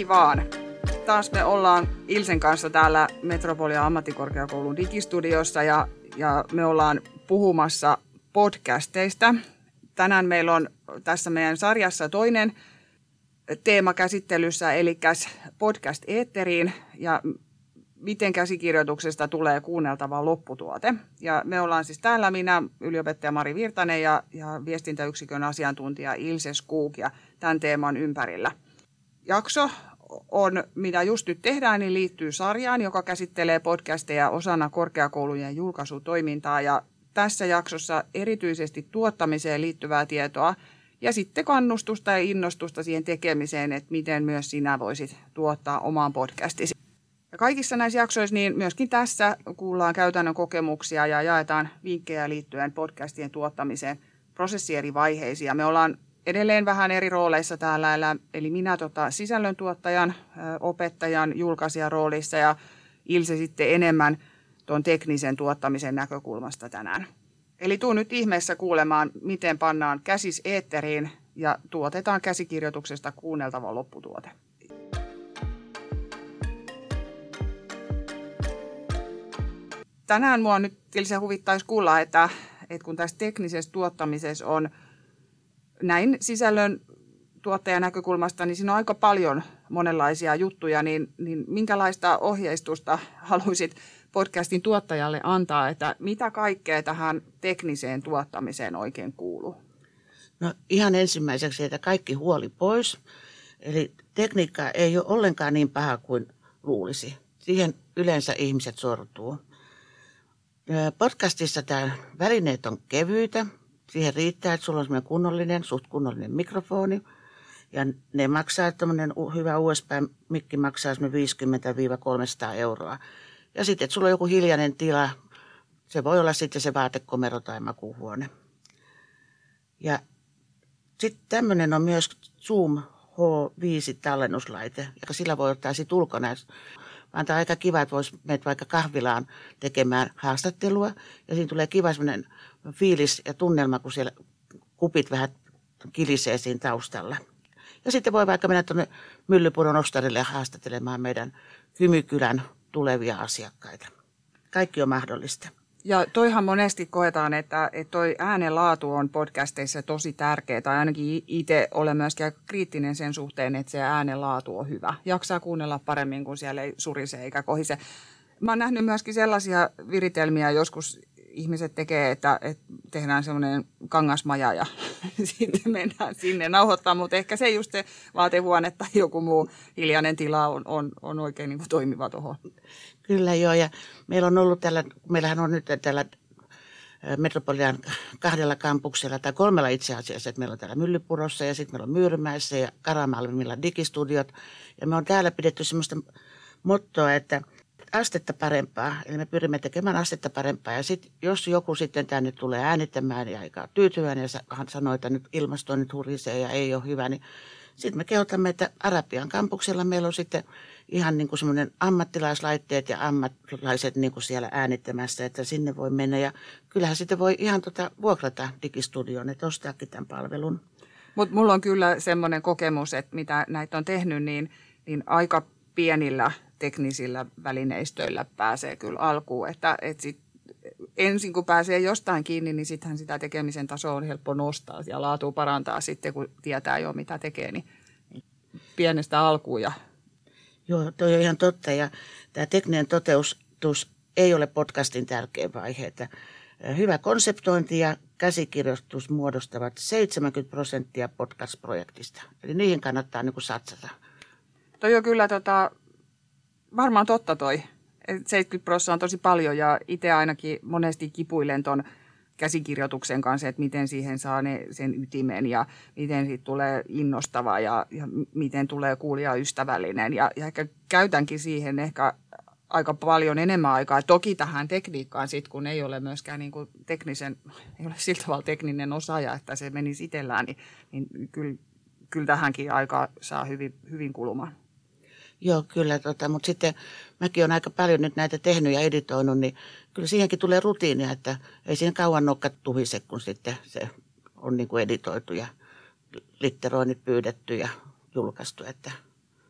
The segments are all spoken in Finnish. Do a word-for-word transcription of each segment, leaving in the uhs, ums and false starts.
Hei vaan! Taas me ollaan Ilsen kanssa täällä Metropolia ammattikorkeakoulun digistudiossa ja, ja me ollaan puhumassa podcasteista. Tänään meillä on tässä meidän sarjassa toinen teema käsittelyssä, eli podcast eetteriin ja miten käsikirjoituksesta tulee kuunneltava lopputuote. Ja me ollaan siis täällä minä, yliopettaja Mari Virtanen ja, ja viestintäyksikön asiantuntija Ilse Skog ja tämän teeman ympärillä. Jakso on, mitä just nyt tehdään, niin liittyy sarjaan, joka käsittelee podcasteja osana korkeakoulujen julkaisutoimintaa. Ja tässä jaksossa erityisesti tuottamiseen liittyvää tietoa ja sitten kannustusta ja innostusta siihen tekemiseen, että miten myös sinä voisit tuottaa oman podcastisi. Ja kaikissa näissä jaksoissa, niin myöskin tässä kuullaan käytännön kokemuksia ja jaetaan vinkkejä liittyen podcastien tuottamiseen prosessi eri vaiheisiin. Me ollaan edelleen vähän eri rooleissa täällä, eli minä tota, sisällöntuottajan, opettajan, julkaisijan roolissa ja Ilse sitten enemmän tuon teknisen tuottamisen näkökulmasta tänään. Eli tuu nyt ihmeessä kuulemaan, miten pannaan käsis eetteriin ja tuotetaan käsikirjoituksesta kuunneltava lopputuote. Tänään mua nyt Ilse huvittaisi kuulla, että, että kun tässä teknisessä tuottamisessa on näin sisällön tuottajan näkökulmasta, niin siinä on aika paljon monenlaisia juttuja, niin, niin minkälaista ohjeistusta haluaisit podcastin tuottajalle antaa, että mitä kaikkea tähän tekniseen tuottamiseen oikein kuuluu? No ihan ensimmäiseksi, että kaikki huoli pois. Eli tekniikka ei ole ollenkaan niin paha kuin luulisi. Siihen yleensä ihmiset sortuu. Podcastissa tämä välineet on kevyitä. Siihen riittää, että sulla on semmoinen kunnollinen, suht kunnollinen mikrofoni. Ja ne maksaa, tämmöinen hyvä U S B-mikki maksaa semmoinen viisikymmentä kolmesataa euroa. Ja sitten, että sulla on joku hiljainen tila. Se voi olla sitten se vaatekomero tai makuuhuone. Ja sitten tämmöinen on myös Zoom H viisi tallennuslaite, joka sillä voi ottaa sitten ulkona. Vaan tämä on aika kiva, että voisi mennä vaikka kahvilaan tekemään haastattelua. Ja siinä tulee kiva semmoinen fiilis ja tunnelma, kun siellä kupit vähän kilisee siinä taustalla. Ja sitten voi vaikka mennä tuonne Myllypuron ostarille haastattelemaan meidän Hymykylän tulevia asiakkaita. Kaikki on mahdollista. Ja toihan monesti koetaan, että, että toi äänenlaatu on podcasteissa tosi tärkeää. Tai ainakin itse olen myöskin aika kriittinen sen suhteen, että se äänenlaatu on hyvä. Jaksaa kuunnella paremmin, kun siellä ei surise eikä kohise. Mä oon nähnyt myöskin sellaisia viritelmiä, joskus ihmiset tekee, että, että tehdään semmoinen kangasmaja ja sitten mennään sinne nauhoittamaan. Mutta ehkä se just se vaatehuone tai joku muu hiljainen tila on, on, on oikein niin kuin toimiva tuohon. Kyllä joo, ja meillä on ollut tällä, meillähän on nyt tällä Metropolian kahdella kampuksella tai kolmella itse asiassa, että meillä on täällä Myllypurossa ja sitten meillä on Myyrmäessä ja Karamalmilla digistudiot. Ja me on täällä pidetty semmoista mottoa, että astetta parempaa, eli me pyrimme tekemään astetta parempaa. Ja sitten jos joku sitten tänne tulee äänittämään ja aika tyytyväinen ja hän sanoo, että nyt ilmasto nyt hurisee ja ei ole hyvä, niin sitten me kehotamme, että Arabian kampuksella meillä on sitten ihan niin kuin semmoinen ammattilaislaitteet ja ammattilaiset niin kuin siellä äänittämässä, että sinne voi mennä. Ja kyllähän sitten voi ihan tota vuokrata digistudioon, että ostaakin tämän palvelun. Mutta mulla on kyllä semmoinen kokemus, että mitä näitä on tehnyt, niin, niin aika pienillä teknisillä välineistöillä pääsee kyllä alkuun. Että, et sit ensin kun pääsee jostain kiinni, niin sittenhän sitä tekemisen tasoa on helppo nostaa ja laatu parantaa sitten, kun tietää jo mitä tekee, niin pienestä alkuun. Ja joo, toi on ihan totta. Ja tämä tekninen toteutus ei ole podcastin tärkeä vaihe. Että hyvä konseptointi ja käsikirjoitus muodostavat seitsemänkymmentä prosenttia podcast-projektista. Eli niihin kannattaa niin kuin satsata. Toi on kyllä tota, varmaan totta toi. seitsemänkymmentä prosenttia on tosi paljon ja itse ainakin monesti kipuilen ton käsikirjoituksen kanssa, että miten siihen saa ne, sen ytimen ja miten siitä tulee innostava ja, ja miten tulee kuulijaystävällinen. Ja, ja ehkä käytänkin siihen ehkä aika paljon enemmän aikaa. Toki tähän tekniikkaan sitten, kun ei ole myöskään niin kuin teknisen, ei ole sillä tavalla tekninen osaaja, että se menisi itsellään, niin, niin kyllä, kyllä tähänkin aikaa saa hyvin, hyvin kulumaan. Joo, kyllä, tota, mutta sitten mäkin olen aika paljon nyt näitä tehnyt ja editoinut, niin kyllä siihenkin tulee rutiinia, että ei siinä kauan nokka tuhise, kun sitten se on niin kuin editoitu ja litteroinnit pyydetty ja julkaistu. Että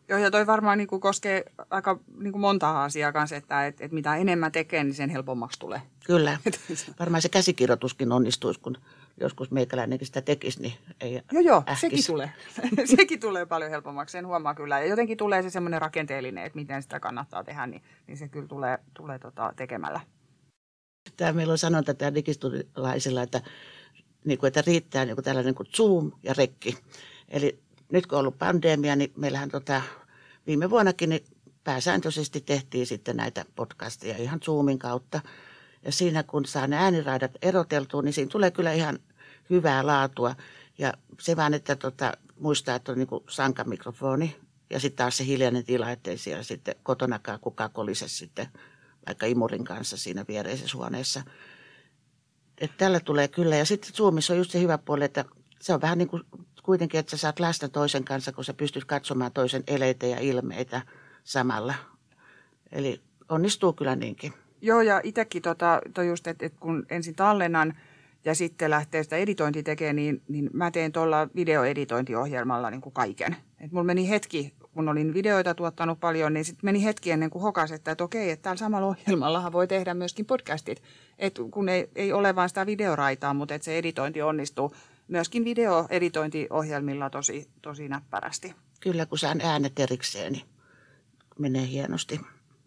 Joo, ja toi varmaan niin kuin koskee aika niin kuin montaa asiaa kanssa, että et, et mitä enemmän tekee, niin sen helpommaksi tulee. Kyllä. Varmaan se käsikirjoituskin onnistuisi, kun joskus meikäläinenkin sitä tekisi, niin ei Joo, joo, ähkisi. sekin tulee. sekin tulee paljon helpommaksi, sen huomaa kyllä. Ja jotenkin tulee se semmoinen rakenteellinen, että miten sitä kannattaa tehdä, niin, niin se kyllä tulee, tulee tota, tekemällä. Tämä meillä on sanonta tämä digistudiolaisilla, että, niin kuin, että riittää niin kuin tällainen niin kuin Zoom ja rekki. Eli nyt kun on ollut pandemia, niin meillähän tota, viime vuonnakin niin pääsääntöisesti tehtiin sitten näitä podcasteja ihan Zoomin kautta. Ja siinä kun saa ne ääniraidat eroteltua, niin siinä tulee kyllä ihan hyvää laatua. Ja se vaan, että tota, muistaa, että on niin kuin sankamikrofoni ja sitten taas se hiljainen tila, ettei siellä sitten kotonakaan kukaan kolise sitten vaikka imurin kanssa siinä viereisessä huoneessa. Että tällä tulee kyllä. Ja sitten Zoomissa on just se hyvä puoli, että se on vähän niin kuin kuitenkin, että sä saat läsnä toisen kanssa, kun sä pystyt katsomaan toisen eleitä ja ilmeitä samalla. Eli onnistuu kyllä niinkin. Joo, ja itsekin tota, toi just, että, että kun ensin tallennan ja sitten lähtee sitä editointia tekemään, niin, niin mä teen tuolla videoeditointiohjelmalla niin kuin kaiken. Et mulla meni hetki, kun olin videoita tuottanut paljon, niin sitten meni hetki ennen kuin hokas, että, että okei, että täällä samalla ohjelmallahan voi tehdä myöskin podcastit. Et kun ei, ei ole vain sitä videoraitaa, mutta että se editointi onnistuu myöskin videoeditointiohjelmilla tosi, tosi näppärästi. Kyllä, kun saan äänet erikseen, niin menee hienosti.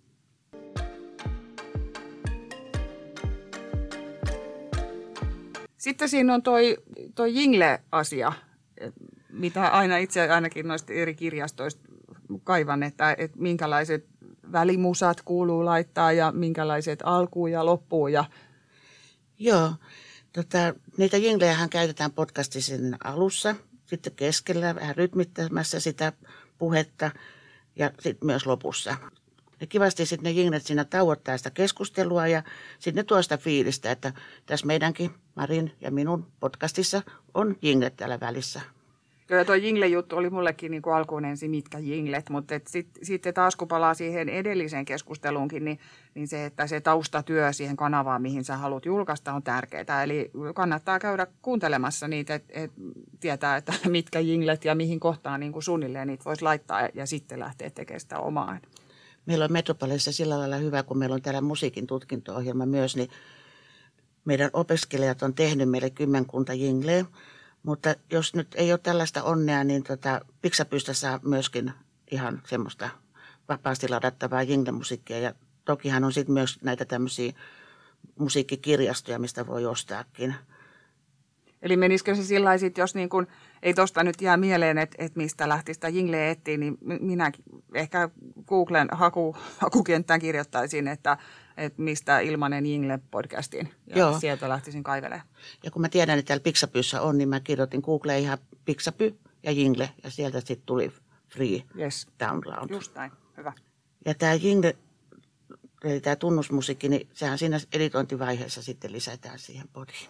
Sitten siinä on toi, toi jingle-asia, mitä aina itse ainakin noista eri kirjastoista kaivan, että, että minkälaiset välimusat kuuluu laittaa ja minkälaiset alkuun ja loppuun. Ja... Joo, tota, niitä jinglejähän käytetään podcastissa alussa, sitten keskellä vähän rytmittämässä sitä puhetta ja sitten myös lopussa. Ja kivasti sitten ne jinglet siinä tauottaa sitä keskustelua ja sitten ne tuo sitä fiilistä, että tässä meidänkin, Marin ja minun podcastissa on jinglet täällä välissä. Kyllä tuo jingle-juttu oli mullekin niin kuin alkuun ensin mitkä jinglet, mutta sitten sit taas kun palaa siihen edelliseen keskusteluunkin, niin, niin se, että se taustatyö siihen kanavaan, mihin sä haluat julkaista, on tärkeää. Eli kannattaa käydä kuuntelemassa niitä, että et tietää, että mitkä jinglet ja mihin kohtaan niin kuin suunnilleen niitä voisi laittaa ja, ja sitten lähteä tekemään sitä omaa. Meillä on Metropoliassa sillä lailla hyvä, kun meillä on täällä musiikin tutkinto-ohjelma myös, niin meidän opiskelijat on tehnyt meille kymmenkunta jingleä. Mutta jos nyt ei ole tällaista onnea, niin tota, Pixabyystä saa myöskin ihan semmoista vapaasti ladattavaa jingle-musiikkia. Ja tokihan on sitten myös näitä tämmöisiä musiikkikirjastoja, mistä voi ostaakin. Eli menisikö se sillä lailla, jos niin kun ei tuosta nyt jää mieleen, että, että mistä lähti sitä jingleä etsiä, niin minä ehkä Googlen haku, hakukenttään kirjoittaisin, että, että mistä ilmainen jingle podcastiin. Ja Joo. sieltä lähtisin kaivelemaan. Ja kun mä tiedän, että täällä Pixabyssä on, niin mä kirjoitin Googleen ihan Pixabay ja jingle, ja sieltä sitten tuli free yes. download. Just näin, hyvä. Ja tämä jingle, eli tämä tunnusmusiikki, niin sehän siinä editointivaiheessa sitten lisätään siihen podiin.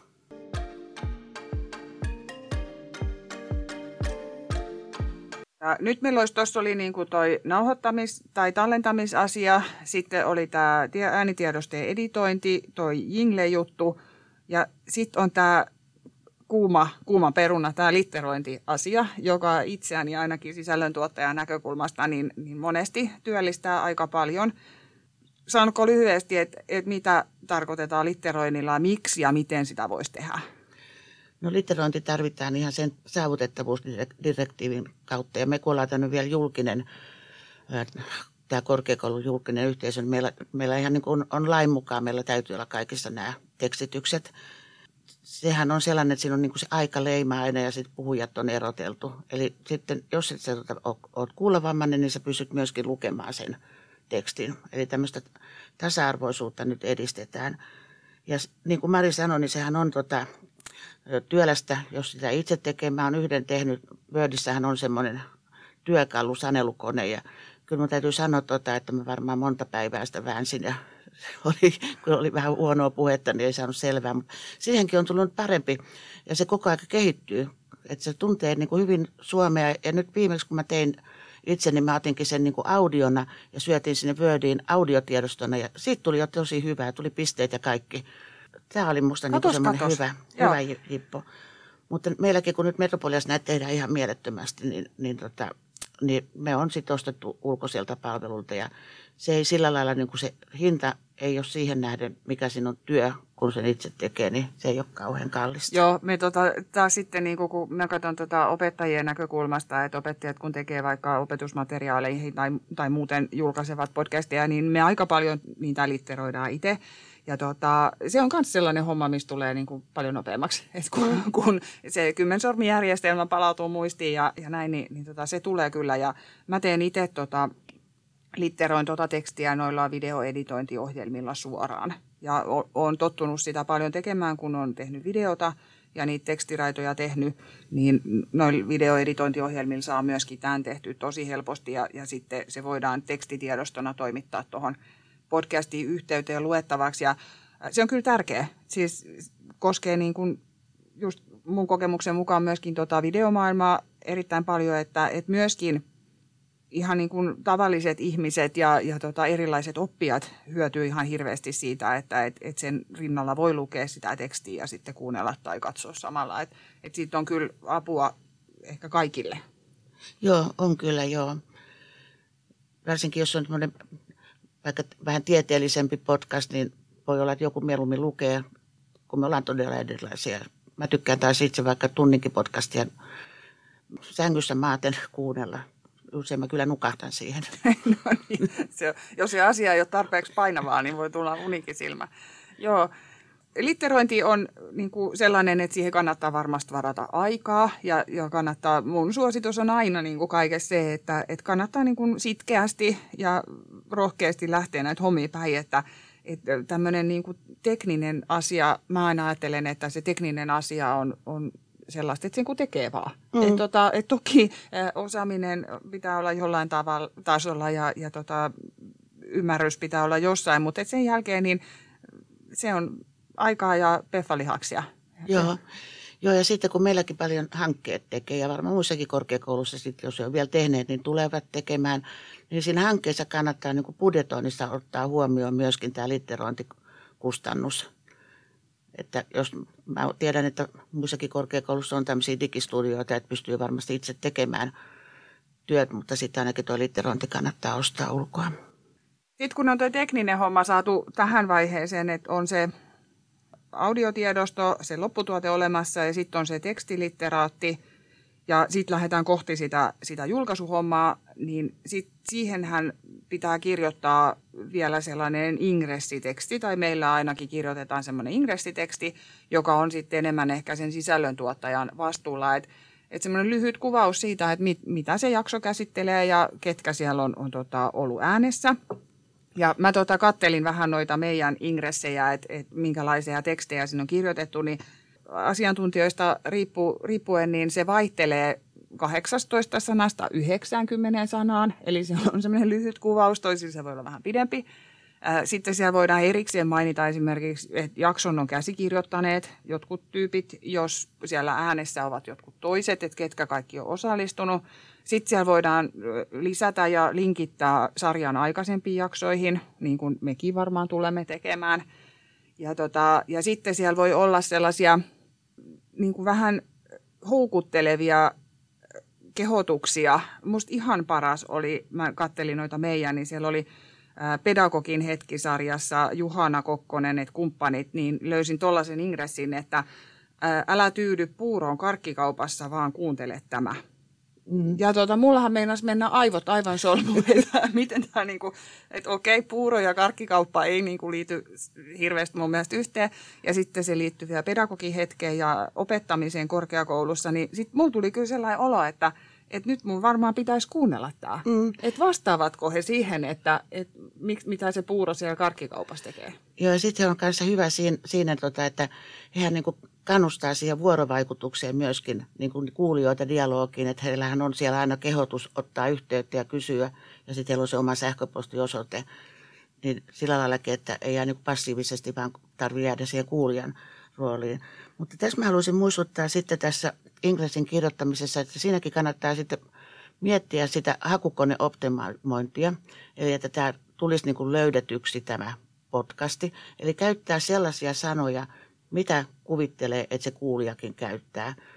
Ja nyt meillä olisi, tuossa oli niin kuin toi nauhoittamis- tai tallentamisasia, sitten oli tämä äänitiedosteen editointi, toi jingle-juttu ja sitten on tämä kuuma, kuuma peruna, tämä litterointiasia, joka itseäni ainakin sisällöntuottajan näkökulmasta niin, niin monesti työllistää aika paljon. Saanko lyhyesti, että et mitä tarkoitetaan litteroinnilla, miksi ja miten sitä voisi tehdä? No litterointi tarvitaan ihan sen saavutettavuusdirektiivin kautta. Ja me kun ollaan tänne vielä julkinen, tämä korkeakoulun julkinen yhteisö, niin meillä, meillä ihan niin kuin on, on lain mukaan, meillä täytyy olla kaikissa nämä tekstitykset. Sehän on sellainen, että siinä on niin kuin se aikaleima aina ja sitten puhujat on eroteltu. Eli sitten jos et sä oot kuulevammainen, niin sä pystyt myöskin lukemaan sen tekstin. Eli tämmöistä tasa-arvoisuutta nyt edistetään. Ja niin kuin Mari sanoi, niin sehän on tota, työlästä, jos sitä itse tekee. Mä oon yhden tehnyt, Wordissähän on semmoinen työkalu, sanelukone ja kyllä mun täytyy sanoa, tota, että mä varmaan monta päivää sitä väänsin ja oli, kun oli vähän huonoa puhetta, niin ei saanut selvää, mutta siihenkin on tullut parempi ja se koko ajan kehittyy, että se tuntee niin kuin hyvin suomea ja nyt viimeksi kun mä tein itse, niin mä otinkin sen niin kuin audiona ja syötin sinne Wordiin audiotiedostona ja siitä tuli jo tosi hyvää, tuli pisteet ja kaikki. Tämä oli musta katos, niin semmoinen katos. hyvä, hyvä jippo. Mutta meilläkin, kun nyt Metropoliassa näitä tehdään ihan mielettömästi, niin, niin tota, niin me on sitten ostettu ulkoiselta palvelulta ja se ei sillä lailla, niin kuin se hinta ei ole siihen nähden, mikä siinä on työ, kun sen itse tekee, niin se ei ole kauhean kallista. Joo, me tota, taas sitten niin kun mä katson tota opettajien näkökulmasta, että opettajat kun tekee vaikka opetusmateriaaleihin tai, tai muuten julkaisevat podcasteja, niin me aika paljon niitä litteroidaan itse. Ja tota, se on myös sellainen homma, missä tulee niin kuin paljon nopeammaksi. Et kun, kun se kymmensormijärjestelmä palautuu muistiin ja, ja näin, niin, niin tota, se tulee kyllä. Ja mä teen itse tota, litteroin tota tekstiä noilla videoeditointiohjelmilla suoraan. Ja olen tottunut sitä paljon tekemään, kun olen tehnyt videota ja niitä tekstiraitoja tehnyt, niin noilla videoeditointiohjelmilla saa myöskin tämän tehtyä tosi helposti ja, ja sitten se voidaan tekstitiedostona toimittaa tuohon podcastiin yhteyteen luettavaksi. Ja se on kyllä tärkeä. Siis koskee niin kuin just mun kokemuksen mukaan myöskin tota videomaailmaa erittäin paljon, että, että myöskin ihan niin kuin tavalliset ihmiset ja, ja tota erilaiset oppijat hyötyy ihan hirveästi siitä, että et, et sen rinnalla voi lukea sitä tekstiä ja sitten kuunnella tai katsoa samalla. Että et siitä on kyllä apua ehkä kaikille. Joo, on kyllä joo. Varsinkin jos on tämmöinen vaikka vähän tieteellisempi podcast, niin voi olla, että joku mieluummin lukee, kun me ollaan todella erilaisia. Mä tykkään taas itse vaikka tunninkin podcastia sängyssä maaten kuunnella. Usein mä kyllä nukahtan siihen. No niin, se, jos se asia ei ole tarpeeksi painavaa, niin voi tulla unikin silmä. Joo. Litterointi on niin kuin sellainen, että siihen kannattaa varmasti varata aikaa ja, ja kannattaa, mun suositus on aina niin kuin kaikessa se, että, että kannattaa niin kuin sitkeästi ja rohkeasti lähteä näitä hommia päin, että, että tämmöinen niin kuin tekninen asia, mä aina ajattelen, että se tekninen asia on, on sellaista, että sen kun tekee vaan. Mm. Et tota, et toki ä, osaaminen pitää olla jollain tavalla tasolla ja, ja tota, ymmärrys pitää olla jossain, mutta sen jälkeen niin se on aikaa ja peffalihaksia. Joo. Joo, ja sitten kun meilläkin paljon hankkeet tekee, ja varmaan muissakin korkeakoulussa sitten, jos on vielä tehneet, niin tulevat tekemään, niin siinä hankkeessa kannattaa niin kuin budjetoinnissa ottaa huomioon myöskin tämä litterointikustannus. Että jos mä tiedän, että muissakin korkeakoulussa on tämmöisiä digistudioita, että pystyy varmasti itse tekemään työt, mutta sitten ainakin tuo litterointi kannattaa ostaa ulkoa. Sitten kun on tuo tekninen homma saatu tähän vaiheeseen, että on se audiotiedosto, se lopputuote olemassa ja sitten on se tekstilitteraatti ja sitten lähdetään kohti sitä, sitä julkaisuhommaa, niin sit siihenhän pitää kirjoittaa vielä sellainen ingressiteksti, tai meillä ainakin kirjoitetaan semmoinen ingressiteksti, joka on sitten enemmän ehkä sen sisällöntuottajan vastuulla, että et semmoinen lyhyt kuvaus siitä, että mit, mitä se jakso käsittelee ja ketkä siellä on, on tota, ollut äänessä. Ja mä tota kattelin vähän noita meidän ingressejä, että et minkälaisia tekstejä siinä on kirjoitettu, niin asiantuntijoista riippu, riippuen niin se vaihtelee kahdeksastatoista sanasta yhdeksäänkymmeneen sanaan, eli se on semmoinen lyhyt kuvaus, toisin se voi olla vähän pidempi. Sitten siellä voidaan erikseen mainita esimerkiksi, että jakson on käsikirjoittaneet jotkut tyypit, jos siellä äänessä ovat jotkut toiset, että ketkä kaikki on osallistunut. Sitten siellä voidaan lisätä ja linkittää sarjan aikaisempiin jaksoihin, niin kuin mekin varmaan tulemme tekemään. Ja, tota, ja sitten siellä voi olla sellaisia niin kuin vähän houkuttelevia kehotuksia. Musta ihan paras oli, mä kattelin noita meidän, niin siellä oli Pedagogin hetkisarjassa Juhana Kokkonen, että kumppanit, niin löysin tollaisen ingressin, että älä tyydy puuroon karkkikaupassa, vaan kuuntele tämä. Mm. Ja tuota, mullahan meinasi mennä aivot aivan solmuun, että miten tämä niinku, että okei, puuro ja karkkikauppa ei niinku liity hirveästi mun mielestä yhteen. Ja sitten se liittyy vielä pedagogin hetkeen ja opettamiseen korkeakoulussa, niin sitten mulla tuli kyllä sellainen olo, että että nyt mun varmaan pitäisi kuunnella tämä. Mm. Että vastaavatko he siihen, että et, mitä se puuro siellä karkkikaupassa tekee? Joo, ja sitten on kanssa hyvä siinä, siinä tota, että hehän niinku kannustaa siihen vuorovaikutukseen myöskin niin kuin kuulijoita dialogiin, että heillähän on siellä aina kehotus ottaa yhteyttä ja kysyä, ja sitten heillä on se oma sähköpostiosoite. Niin sillä laillakin, että ei jää niin passiivisesti, vaan tarvitse jäädä siihen kuulijan rooliin. Mutta tässä mä haluaisin muistuttaa sitten tässä ingressin kirjoittamisessa, että siinäkin kannattaa sitten miettiä sitä hakukoneoptimointia, eli että tämä tulisi niin kuin löydetyksi tämä podcasti. Eli käyttää sellaisia sanoja, mitä kuvittelee, että se kuulijakin käyttää.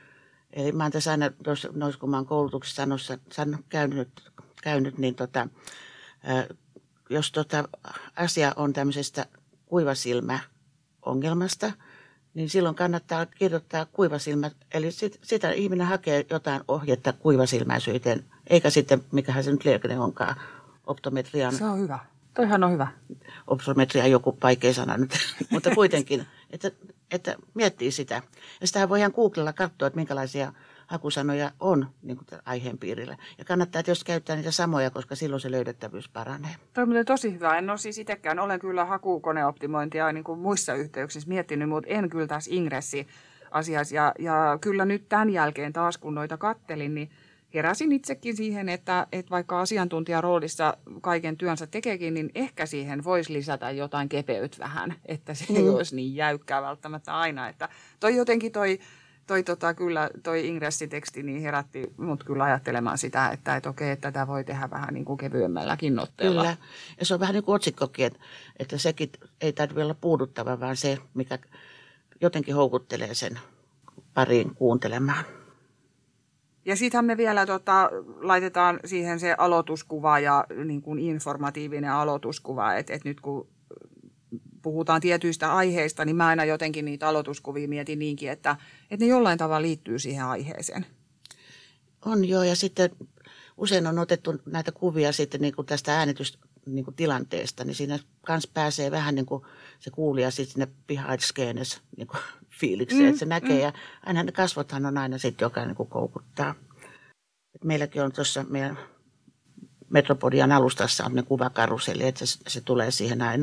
Eli mä oon tässä aina, noissa kun mä oon koulutuksessa sanossa, sanon, käynyt, käynyt, niin tota, ää, jos tota asia on tämmöisestä kuivasilmäongelmasta, niin silloin kannattaa kirjoittaa kuivasilmä. Eli sit, sitä ihminen hakee jotain ohjetta kuivasilmäisyyteen, eikä sitten, mikähän se nyt liekene onkaan, optometrian. Se on hyvä. Toihan on hyvä. Optometria on joku vaikea sana nyt, mutta kuitenkin, että, että miettii sitä. Ja sitähän voi ihan Googlella katsoa, että minkälaisia hakusanoja on niin kuin aiheen piirillä. Ja kannattaa tietysti käyttää niitä samoja, koska silloin se löydettävyys paranee. Toi on tosi hyvä. En ole siis itsekään. Olen kyllä hakukoneoptimointia niin kuin muissa yhteyksissä miettinyt, mutta en kyllä tässä ingressi-asiassa. Ja, ja kyllä nyt tämän jälkeen taas, kun noita kattelin, niin heräsin itsekin siihen, että, että vaikka asiantuntijaroolissa kaiken työnsä tekeekin, niin ehkä siihen voisi lisätä jotain kepeyt vähän, että se mm. ei olisi niin jäykkää välttämättä aina. Että toi jotenkin toi, toi tota, kyllä toi ingressiteksti niin herätti mut kyllä ajattelemaan sitä, että et okei, että tätä voi tehdä vähän niin kuin kevyemmälläkin otteella. Kyllä, ja se on vähän niin kuin otsikkokin, että, että sekin ei tarvitse olla puuduttava, vaan se, mikä jotenkin houkuttelee sen pariin kuuntelemaan. Ja sittenhän me vielä tota, laitetaan siihen se aloituskuva ja niin kuin informatiivinen aloituskuva, että et nyt kun puhutaan tietyistä aiheista, niin mä aina jotenkin niitä aloituskuvia mietin niinkin, että, että ne jollain tavalla liittyy siihen aiheeseen. On joo, ja sitten usein on otettu näitä kuvia sitten niin kuin tästä äänitystilanteesta, niin siinä kanssa pääsee vähän niin kuin se kuulija sitten sinne behind scenes niin kuin fiilikseen, mm, että se näkee. Mm. Ja aina ne kasvothan on aina sitten, joka niin kuin koukuttaa. Et meilläkin on tuossa meidän Metropodian alustassa on ne kuvakaruseli, että se, se tulee siihen aina.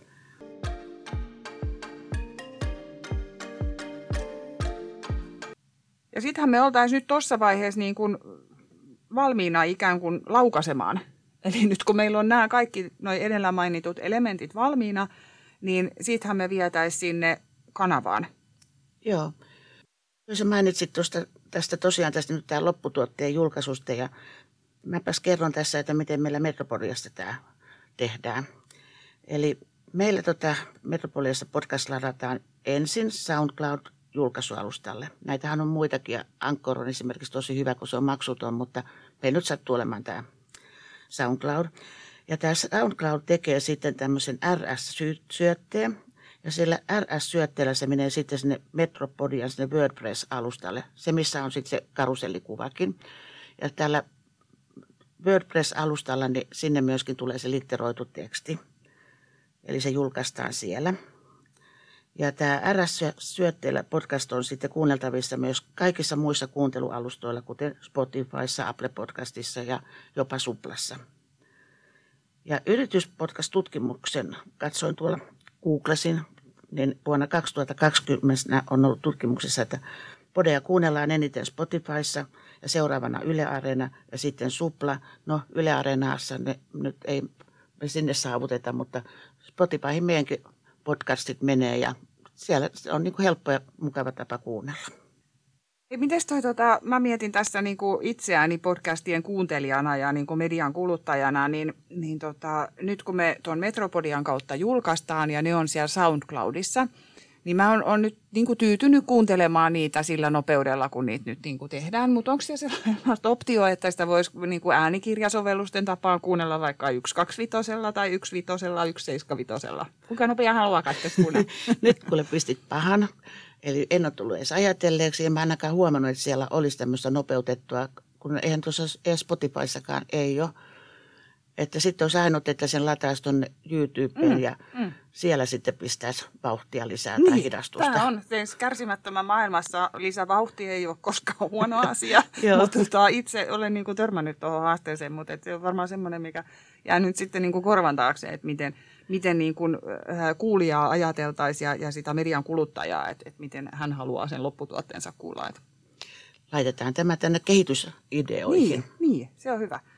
Ja sittenhän me oltaisiin nyt tuossa vaiheessa niin kuin valmiina ikään kuin laukaisemaan. Eli nyt kun meillä on nämä kaikki nuo edellä mainitut elementit valmiina, niin sittenhän me vietäisiin sinne kanavaan. Joo. Sä mainitsit tuosta, tästä tosiaan tästä nyt tämä lopputuotteen julkaisusta ja mäpäs kerron tässä, että miten meillä Metropodiassa tämä tehdään. Eli meillä tota Metropodiassa podcast ladataan ensin SoundCloud-julkaisualustalle. Näitähän on muitakin ja Anchor on esimerkiksi tosi hyvä, kun se on maksuton, mutta meillä nyt sattuu olemaan tämä SoundCloud. Ja tämä SoundCloud tekee sitten tämmöisen R S-syötteen. Ja sillä R S-syötteellä se menee sitten sinne Metropodian, sinne WordPress-alustalle. Se, missä on sitten se karusellikuvakin. Ja tällä WordPress-alustalla niin sinne myöskin tulee se litteroitu teksti. Eli se julkaistaan siellä. Ja tämä R S-syötteellä podcast on sitten kuunneltavissa myös kaikissa muissa kuuntelualustoilla, kuten Spotifyssa, Apple Podcastissa ja jopa Suplassa. Ja yrityspodcast-tutkimuksen katsoin tuolla, googlasin, niin vuonna kaksituhattakaksikymmentä on ollut tutkimuksessa, että podeja kuunnellaan eniten Spotifyssa ja seuraavana Yle Areena ja sitten Supla. No Yle Areenassa ne nyt ei me sinne saavuteta, mutta Spotifyhin meidänkin podcastit menee ja siellä on niin kuin helppo ja mukava tapa kuunnella. Mites toi, tota, mä mietin tässä niin kuin itseäni podcastien kuuntelijana ja niin kuin median kuluttajana, niin, niin tota, nyt kun me tuon Metropodian kautta julkaistaan ja ne on siellä SoundCloudissa, niin mä oon, oon nyt niin kuin tyytynyt kuuntelemaan niitä sillä nopeudella, kun niitä nyt niin kuin tehdään. Mutta onko siellä sellaista optio, että sitä voisi niin kuin äänikirjasovellusten tapaan kuunnella vaikka yksi kaksivitosella tai yksi vitosella, yksi seiskavitosella? Kuinka nopea haluaa kaikkea kuunnella? Nyt kuule pistit pahan. Eli en ole tullut edes ajatelleeksi ja mä ainakaan huomannut, että siellä olisi tämmöistä nopeutettua, kun eihän tuossa Spotifyssakaan ei ole. Että sitten olisi ainut, että sen lataisi tuonne YouTubeen mm, ja mm. siellä sitten pistäisi vauhtia lisää tai niin, hidastusta. Tämä on kärsimättömän maailmassa lisävauhti ei ole koskaan huono asia, mutta tota, itse olen niin kuin törmännyt tuohon haasteeseen, mutta se on varmaan semmoinen, mikä jää nyt sitten niin kuin korvan taakse, että miten, miten niin kuin kuulijaa ajateltaisiin ja, ja sitä median kuluttajaa, että, että miten hän haluaa sen lopputuotteensa kuulla. Että. Laitetaan tämä tänne kehitysideoihin. Niin, niin, se on hyvä.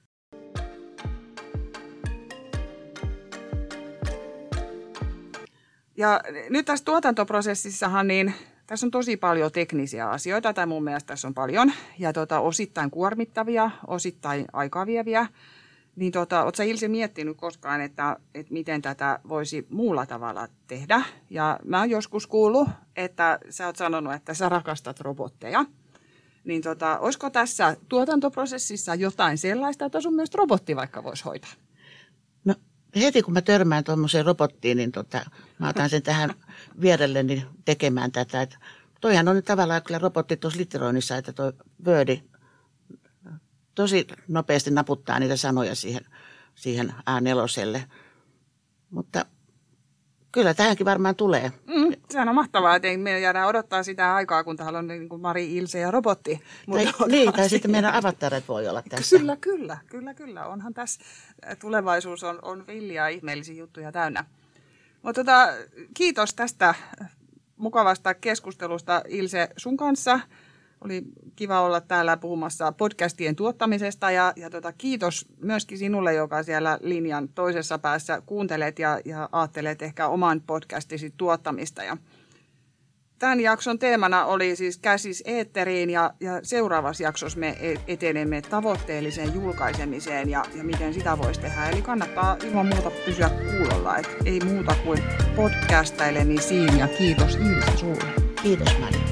Ja nyt tässä tuotantoprosessissahan niin tässä on tosi paljon teknisiä asioita, tai mun mielestä tässä on paljon, ja tota, osittain kuormittavia, osittain aikavieviä. Niin tota, ootko sä Ilse miettinyt koskaan, että, että miten tätä voisi muulla tavalla tehdä? Ja mä oon joskus kuullut, että sä oot sanonut, että sä rakastat robotteja. Niin tota, olisiko tässä tuotantoprosessissa jotain sellaista, että sun mielestä robotti vaikka voisi hoitaa? No heti kun mä törmään tuommoiseen robottiin, niin tota, mä otan sen tähän vierelleni tekemään tätä. Et toihan on nyt tavallaan kyllä robotti tuossa litteroinnissa, että toi Wordi tosi nopeasti naputtaa niitä sanoja siihen, siihen A neljälle. Mutta kyllä tähänkin varmaan tulee. Mm, sehän on mahtavaa, että me jäädään odottaa sitä aikaa, kun täällä on niin kuin Mari, Ilse ja robotti. Tai, niin, tai sitten meidän avataret voi olla tässä. Kyllä, kyllä, kyllä, kyllä. Onhan tässä tulevaisuus on, on villiä ja ihmeellisiä juttuja täynnä. Mutta tota, kiitos tästä mukavasta keskustelusta Ilse sun kanssa. Oli kiva olla täällä puhumassa podcastien tuottamisesta ja, ja tota, kiitos myöskin sinulle, joka siellä linjan toisessa päässä kuuntelet ja, ja ajattelet ehkä oman podcastisi tuottamista. Ja tämän jakson teemana oli siis Käsis eetteriin ja, ja seuraavassa jaksossa me etenemme tavoitteelliseen julkaisemiseen ja, ja miten sitä voisi tehdä. Eli kannattaa ilman muuta pysyä kuulolla, et ei muuta kuin podcastajille niin siinä ja kiitos Ilse sulle. Kiitos Maria.